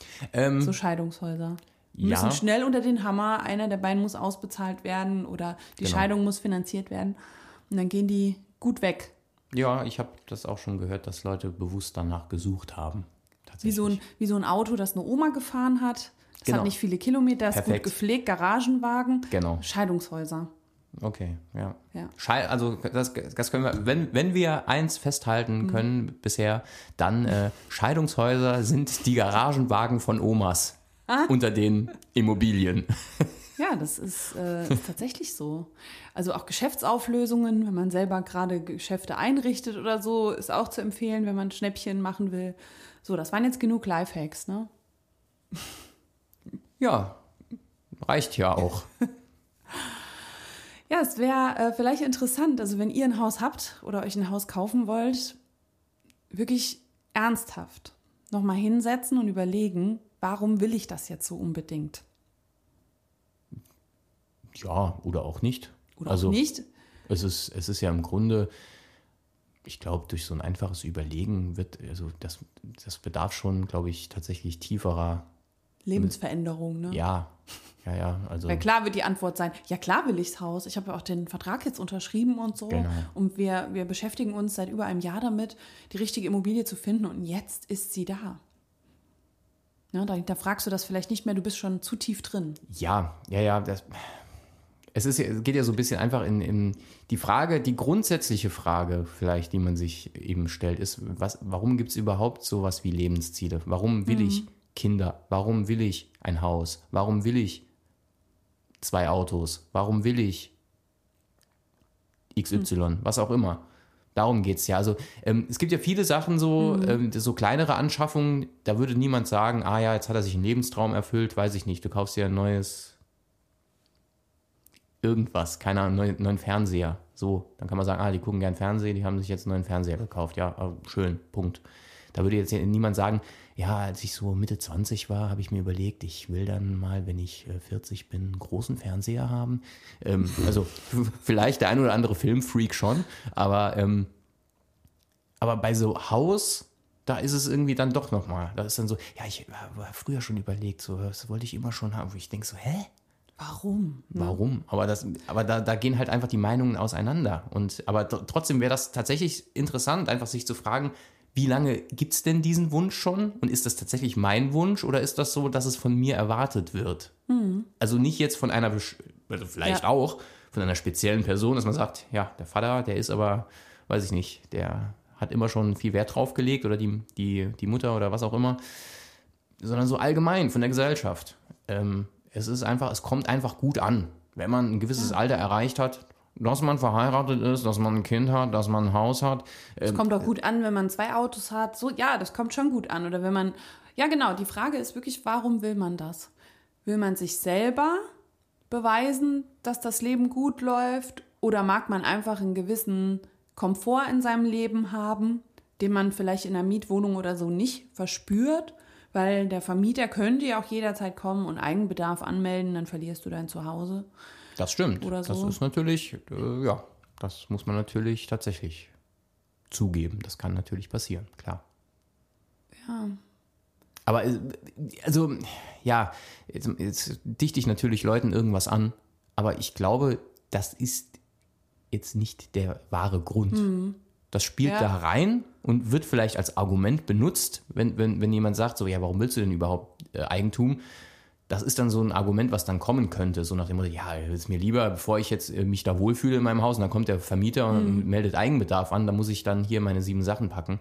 So Scheidungshäuser. Die müssen schnell unter den Hammer, einer der beiden muss ausbezahlt werden oder die Scheidung muss finanziert werden. Und dann gehen die gut weg. Ja, ich habe das auch schon gehört, dass Leute bewusst danach gesucht haben. Wie so ein Auto, das eine Oma gefahren hat. Das hat nicht viele Kilometer, ist gut gepflegt, Garagenwagen. Genau. Scheidungshäuser. Okay, ja. Also das können wir, wenn wir eins festhalten können bisher, dann Scheidungshäuser sind die Garagenwagen von Omas. Unter den Immobilien. Ja, das ist tatsächlich so. Also auch Geschäftsauflösungen, wenn man selber gerade Geschäfte einrichtet oder so, ist auch zu empfehlen, wenn man Schnäppchen machen will. So, das waren jetzt genug Lifehacks, ne? Ja, reicht ja auch. Ja, es wäre vielleicht interessant, also wenn ihr ein Haus habt oder euch ein Haus kaufen wollt, wirklich ernsthaft nochmal hinsetzen und überlegen, warum will ich das jetzt so unbedingt? Ja, oder auch nicht. Oder auch nicht? Es ist ja im Grunde, ich glaube, durch so ein einfaches Überlegen also das bedarf schon, glaube ich, tatsächlich tieferer Lebensveränderung, ne? Ja. Also. Weil klar wird die Antwort sein, ja klar will ich das Haus. Ich habe ja auch den Vertrag jetzt unterschrieben und so. Genau. Und wir beschäftigen uns seit über einem Jahr damit, die richtige Immobilie zu finden. Und jetzt ist sie da. Ja, da fragst du das vielleicht nicht mehr, du bist schon zu tief drin. Ja. Es geht ja so ein bisschen einfach in die Frage, die grundsätzliche Frage vielleicht, die man sich eben stellt, ist, warum gibt es überhaupt sowas wie Lebensziele? Warum will ich Kinder? Warum will ich ein Haus? Warum will ich 2 Autos? Warum will ich XY? Was auch immer. Darum geht es ja. Also es gibt ja viele Sachen so kleinere Anschaffungen, da würde niemand sagen, ja, jetzt hat er sich einen Lebenstraum erfüllt, weiß ich nicht, du kaufst dir ein neues irgendwas, keine Ahnung, neuen Fernseher. So, dann kann man sagen, die gucken gern Fernsehen, die haben sich jetzt einen neuen Fernseher gekauft. Ja, schön, Punkt. Da würde jetzt niemand sagen, ja, als ich so Mitte 20 war, habe ich mir überlegt, ich will dann mal, wenn ich 40 bin, einen großen Fernseher haben. Also vielleicht der ein oder andere Filmfreak schon, aber bei so Haus, da ist es irgendwie dann doch nochmal. Da ist dann so, ja, ich habe früher schon überlegt, so, das wollte ich immer schon haben. Ich denke so, hä? Warum? Warum? Aber da gehen halt einfach die Meinungen auseinander. Aber trotzdem wäre das tatsächlich interessant, einfach sich zu fragen, wie lange gibt es denn diesen Wunsch schon? Und ist das tatsächlich mein Wunsch oder ist das so, dass es von mir erwartet wird? Also nicht jetzt von einer, also vielleicht auch von einer speziellen Person, dass man sagt, ja, der Vater, der ist aber, weiß ich nicht, der hat immer schon viel Wert drauf gelegt oder die Mutter oder was auch immer, sondern so allgemein von der Gesellschaft. Es kommt einfach gut an, wenn man ein gewisses Alter erreicht hat, dass man verheiratet ist, dass man ein Kind hat, dass man ein Haus hat. Es kommt auch gut an, wenn man 2 Autos hat. So, ja, das kommt schon gut an. Oder wenn man, ja genau, die Frage ist wirklich, warum will man das? Will man sich selber beweisen, dass das Leben gut läuft? Oder mag man einfach einen gewissen Komfort in seinem Leben haben, den man vielleicht in einer Mietwohnung oder so nicht verspürt? Weil der Vermieter könnte ja auch jederzeit kommen und Eigenbedarf anmelden, dann verlierst du dein Zuhause. Das stimmt. Oder so. Das ist natürlich, das muss man natürlich tatsächlich zugeben. Das kann natürlich passieren, klar. Ja. Aber also, ja, jetzt dichte ich natürlich Leuten irgendwas an, aber ich glaube, das ist jetzt nicht der wahre Grund. Das spielt da rein und wird vielleicht als Argument benutzt, wenn jemand sagt, so, ja, warum willst du denn überhaupt Eigentum? Das ist dann so ein Argument, was dann kommen könnte, so nach dem Motto, ja, es ist mir lieber, bevor ich jetzt mich da wohlfühle in meinem Haus und dann kommt der Vermieter und meldet Eigenbedarf an, dann muss ich dann hier meine 7 Sachen packen.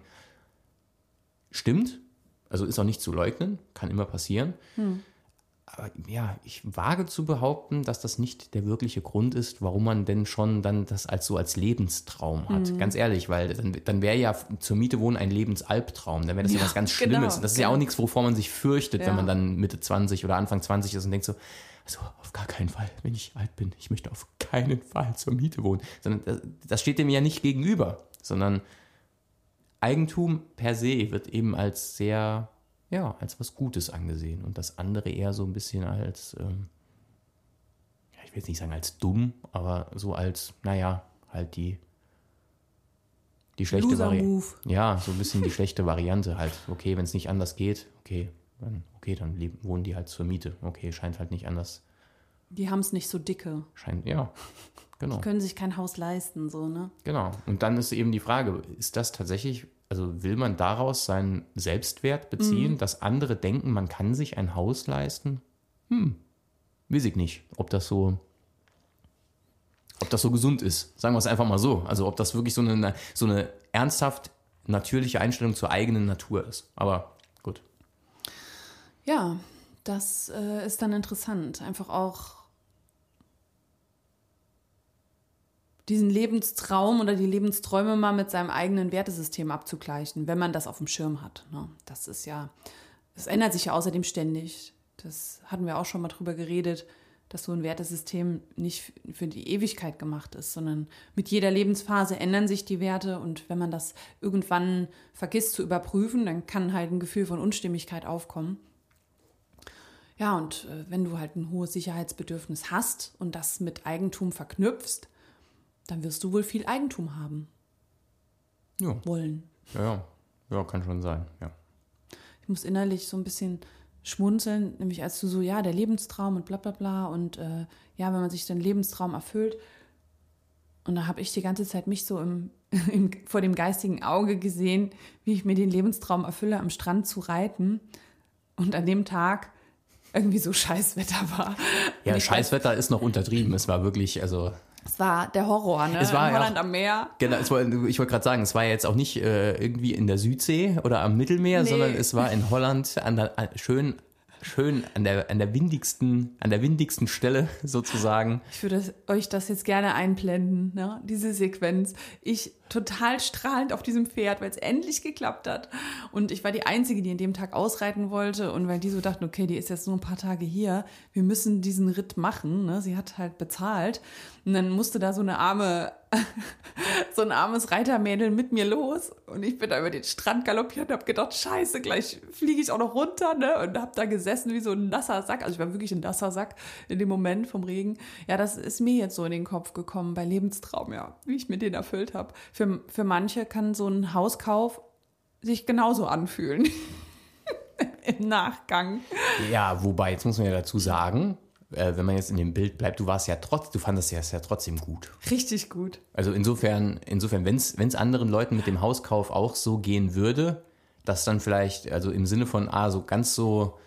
Stimmt, also ist auch nicht zu leugnen, kann immer passieren. Aber ja, ich wage zu behaupten, dass das nicht der wirkliche Grund ist, warum man denn schon dann das als Lebenstraum hat. Ganz ehrlich, weil dann wäre ja zur Miete wohnen ein Lebensalbtraum. Dann wäre das ja was ganz Schlimmes. Genau, das ist ja auch nichts, wovor man sich fürchtet, wenn man dann Mitte 20 oder Anfang 20 ist und denkt so, also auf gar keinen Fall, wenn ich alt bin, ich möchte auf keinen Fall zur Miete wohnen. Sondern das steht dem ja nicht gegenüber, sondern Eigentum per se wird eben als sehr, als was Gutes angesehen und das andere eher so ein bisschen als, ich will jetzt nicht sagen als dumm, aber so als, halt die schlechte Variante. Ja, so ein bisschen die schlechte Variante halt. Okay, wenn es nicht anders geht, dann wohnen die halt zur Miete. Okay, scheint halt nicht anders. Die haben es nicht so dicke. Genau. Die können sich kein Haus leisten, so, ne? Genau. Und dann ist eben die Frage, ist das tatsächlich, also will man daraus seinen Selbstwert beziehen, dass andere denken, man kann sich ein Haus leisten? Weiß ich nicht, ob das so gesund ist. Sagen wir es einfach mal so. Also ob das wirklich so eine ernsthaft natürliche Einstellung zur eigenen Natur ist. Aber gut. Ja, das ist dann interessant. Einfach auch diesen Lebenstraum oder die Lebensträume mal mit seinem eigenen Wertesystem abzugleichen, wenn man das auf dem Schirm hat. Ne? Das ändert sich ja außerdem ständig. Das hatten wir auch schon mal drüber geredet. dass so ein Wertesystem nicht für die Ewigkeit gemacht ist, sondern mit jeder Lebensphase ändern sich die Werte und wenn man das irgendwann vergisst zu überprüfen, dann kann halt ein Gefühl von Unstimmigkeit aufkommen. Ja, und wenn du halt ein hohes Sicherheitsbedürfnis hast und das mit Eigentum verknüpfst, dann wirst du wohl viel Eigentum haben wollen. Ja, kann schon sein, ja. Ich muss innerlich so ein bisschen schmunzeln, nämlich als du so, ja, der Lebenstraum und bla bla bla und ja, wenn man sich den Lebenstraum erfüllt und da habe ich die ganze Zeit mich so vor dem geistigen Auge gesehen, wie ich mir den Lebenstraum erfülle, am Strand zu reiten und an dem Tag irgendwie so Scheißwetter war. Ja, Scheißwetter ist noch untertrieben, es war wirklich, also... Es war der Horror, ne? Es war in Holland am Meer. Genau, ich wollte gerade sagen, es war ja jetzt auch nicht irgendwie in der Südsee oder am Mittelmeer, sondern es war in Holland schön an der windigsten Stelle sozusagen. Ich würde euch das jetzt gerne einblenden, ne? Diese Sequenz. Ich total strahlend auf diesem Pferd, weil es endlich geklappt hat. Und ich war die Einzige, die an dem Tag ausreiten wollte. Und weil die so dachten, okay, die ist jetzt nur ein paar Tage hier, wir müssen diesen Ritt machen. Ne? Sie hat halt bezahlt. Und dann musste da so ein armes Reitermädel mit mir los. Und ich bin da über den Strand galoppiert und habe gedacht, scheiße, gleich fliege ich auch noch runter. Ne? Und habe da gesessen wie so ein nasser Sack. Also ich war wirklich ein nasser Sack in dem Moment vom Regen. Ja, das ist mir jetzt so in den Kopf gekommen bei Lebenstraum, ja, wie ich mir den erfüllt habe. Für manche kann so ein Hauskauf sich genauso anfühlen im Nachgang. Ja, wobei, jetzt muss man ja dazu sagen, wenn man jetzt in dem Bild bleibt, du fandest es ja trotzdem gut. Richtig gut. Also insofern, wenn es anderen Leuten mit dem Hauskauf auch so gehen würde, dass dann vielleicht, also im Sinne von ganz so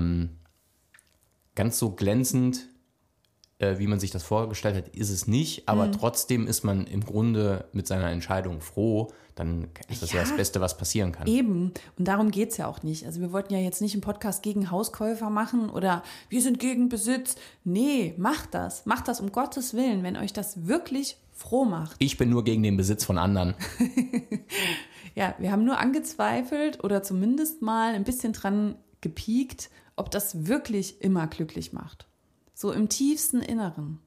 glänzend, wie man sich das vorgestellt hat, ist es nicht, aber trotzdem ist man im Grunde mit seiner Entscheidung froh, dann ist das ja das Beste, was passieren kann. Eben, und darum geht es ja auch nicht. Also wir wollten ja jetzt nicht einen Podcast gegen Hauskäufer machen oder wir sind gegen Besitz. Nee, macht das um Gottes Willen, wenn euch das wirklich froh macht. Ich bin nur gegen den Besitz von anderen. Ja, wir haben nur angezweifelt oder zumindest mal ein bisschen dran gepiekt, ob das wirklich immer glücklich macht. So im tiefsten Inneren.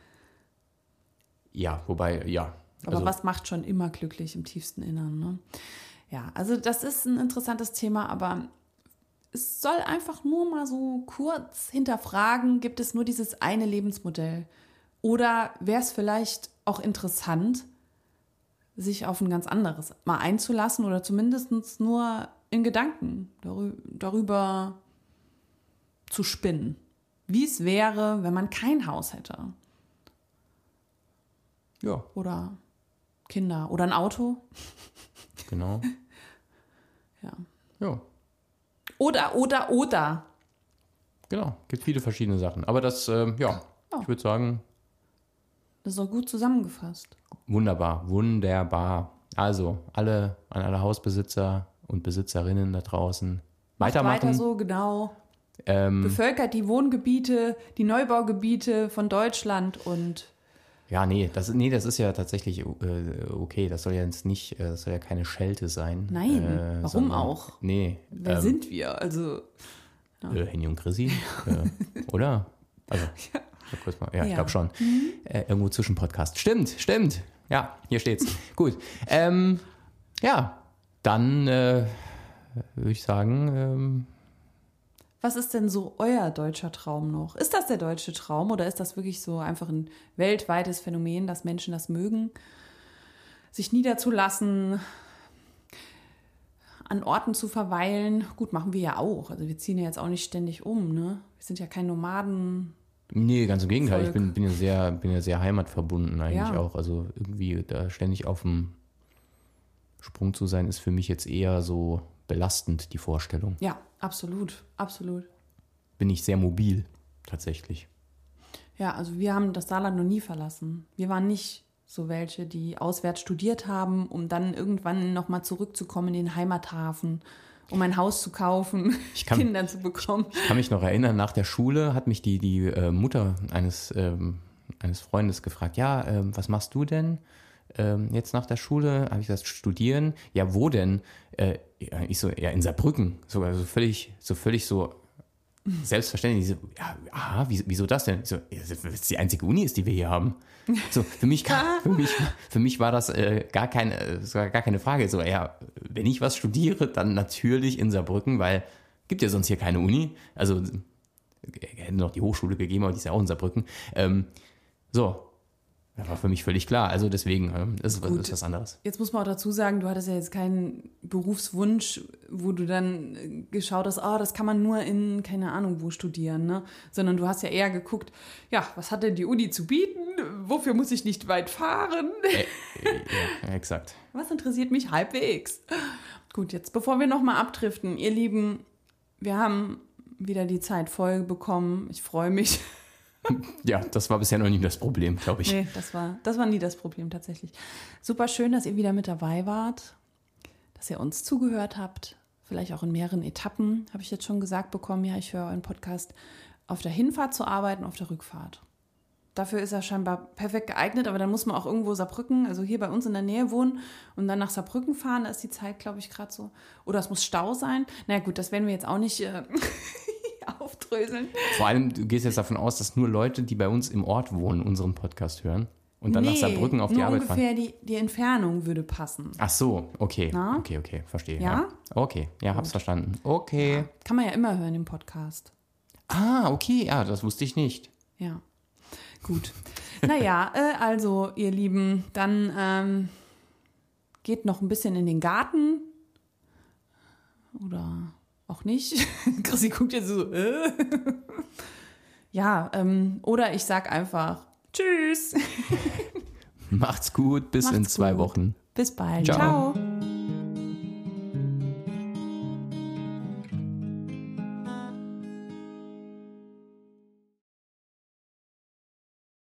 Ja, wobei, ja. Aber was macht schon immer glücklich im tiefsten Inneren, ne? Ja, also das ist ein interessantes Thema, aber es soll einfach nur mal so kurz hinterfragen, gibt es nur dieses eine Lebensmodell? Oder wäre es vielleicht auch interessant, sich auf ein ganz anderes mal einzulassen oder zumindest nur in Gedanken darüber zu spinnen? Wie es wäre, wenn man kein Haus hätte. Ja. Oder Kinder. Oder ein Auto. Genau. Ja. Ja. Oder. Genau, gibt viele verschiedene Sachen. Aber das, ich würde sagen... Das ist auch gut zusammengefasst. Wunderbar. Also, an alle Hausbesitzer und Besitzerinnen da draußen, weitermachen. Weiter so, genau. Bevölkert die Wohngebiete, die Neubaugebiete von Deutschland und... Ja, das ist ja tatsächlich okay. Das soll ja jetzt nicht, das soll ja keine Schelte sein. Nein, warum auch? Nee. Wer sind wir? Also... Ja. Henny und Chrissy, oder? Also, kurz mal, ich glaube schon. Irgendwo zwischen Podcast. Stimmt. Ja, hier steht's. Gut. Dann würde ich sagen... Was ist denn so euer deutscher Traum noch? Ist das der deutsche Traum oder ist das wirklich so einfach ein weltweites Phänomen, dass Menschen das mögen, sich niederzulassen, an Orten zu verweilen? Gut, machen wir ja auch. Also wir ziehen ja jetzt auch nicht ständig um, ne? Wir sind ja kein Nomaden. Nee, ganz im Gegenteil. Ich bin ja sehr heimatverbunden eigentlich auch. Also irgendwie da ständig auf dem Sprung zu sein, ist für mich jetzt eher so belastend, die Vorstellung. Ja, absolut. Bin ich sehr mobil, tatsächlich. Ja, also wir haben das Saarland noch nie verlassen. Wir waren nicht so welche, die auswärts studiert haben, um dann irgendwann nochmal zurückzukommen in den Heimathafen, um ein Haus zu kaufen, Kinder zu bekommen. Ich kann mich noch erinnern, nach der Schule hat mich die Mutter eines Freundes gefragt, was machst du denn jetzt nach der Schule? Habe ich gesagt, studieren. Ja, wo denn? Ich so, in Saarbrücken. So völlig so, selbstverständlich. So, ja, aha, wieso das denn? Ich so, ja, das ist die einzige Uni ist, die wir hier haben. So, für mich war das gar keine Frage. So, ja, wenn ich was studiere, dann natürlich in Saarbrücken, weil gibt ja sonst hier keine Uni. Also hätte noch die Hochschule gegeben, aber die ist ja auch in Saarbrücken. So, das war für mich völlig klar. Also deswegen ist was anderes. Jetzt muss man auch dazu sagen, du hattest ja jetzt keinen Berufswunsch, wo du dann geschaut hast, das kann man nur in, keine Ahnung, wo studieren, ne? Sondern du hast ja eher geguckt, ja, was hat denn die Uni zu bieten? Wofür muss ich nicht weit fahren? Ja, exakt. Was interessiert mich halbwegs? Gut, jetzt bevor wir nochmal abdriften, ihr Lieben, wir haben wieder die Zeit voll bekommen. Ich freue mich. Ja, das war bisher noch nie das Problem, glaube ich. Nee, das war nie das Problem tatsächlich. Super schön, dass ihr wieder mit dabei wart, dass ihr uns zugehört habt. Vielleicht auch in mehreren Etappen, habe ich jetzt schon gesagt bekommen. Ja, ich höre euren Podcast auf der Hinfahrt zur Arbeit und auf der Rückfahrt. Dafür ist er scheinbar perfekt geeignet, aber dann muss man auch irgendwo Saarbrücken, also hier bei uns in der Nähe wohnen und dann nach Saarbrücken fahren. Da ist die Zeit, glaube ich, gerade so. Oder es muss Stau sein. Na gut, das werden wir jetzt auch nicht aufdröseln. Vor allem, du gehst jetzt davon aus, dass nur Leute, die bei uns im Ort wohnen, unseren Podcast hören und dann nach Saarbrücken auf die Arbeit fahren. Ungefähr die Entfernung würde passen. Ach so, okay. Na? Okay, verstehe. Ja? Okay, ja, hab's verstanden. Okay. Ja, kann man ja immer hören im Podcast. Ah, okay, ja, das wusste ich nicht. Ja, gut. Naja, also ihr Lieben, dann geht noch ein bisschen in den Garten oder auch nicht. Chrissy guckt jetzt so. Ja, oder ich sag einfach Tschüss. Macht's gut, bis in 2 Wochen. Bis bald. Ciao. Ciao.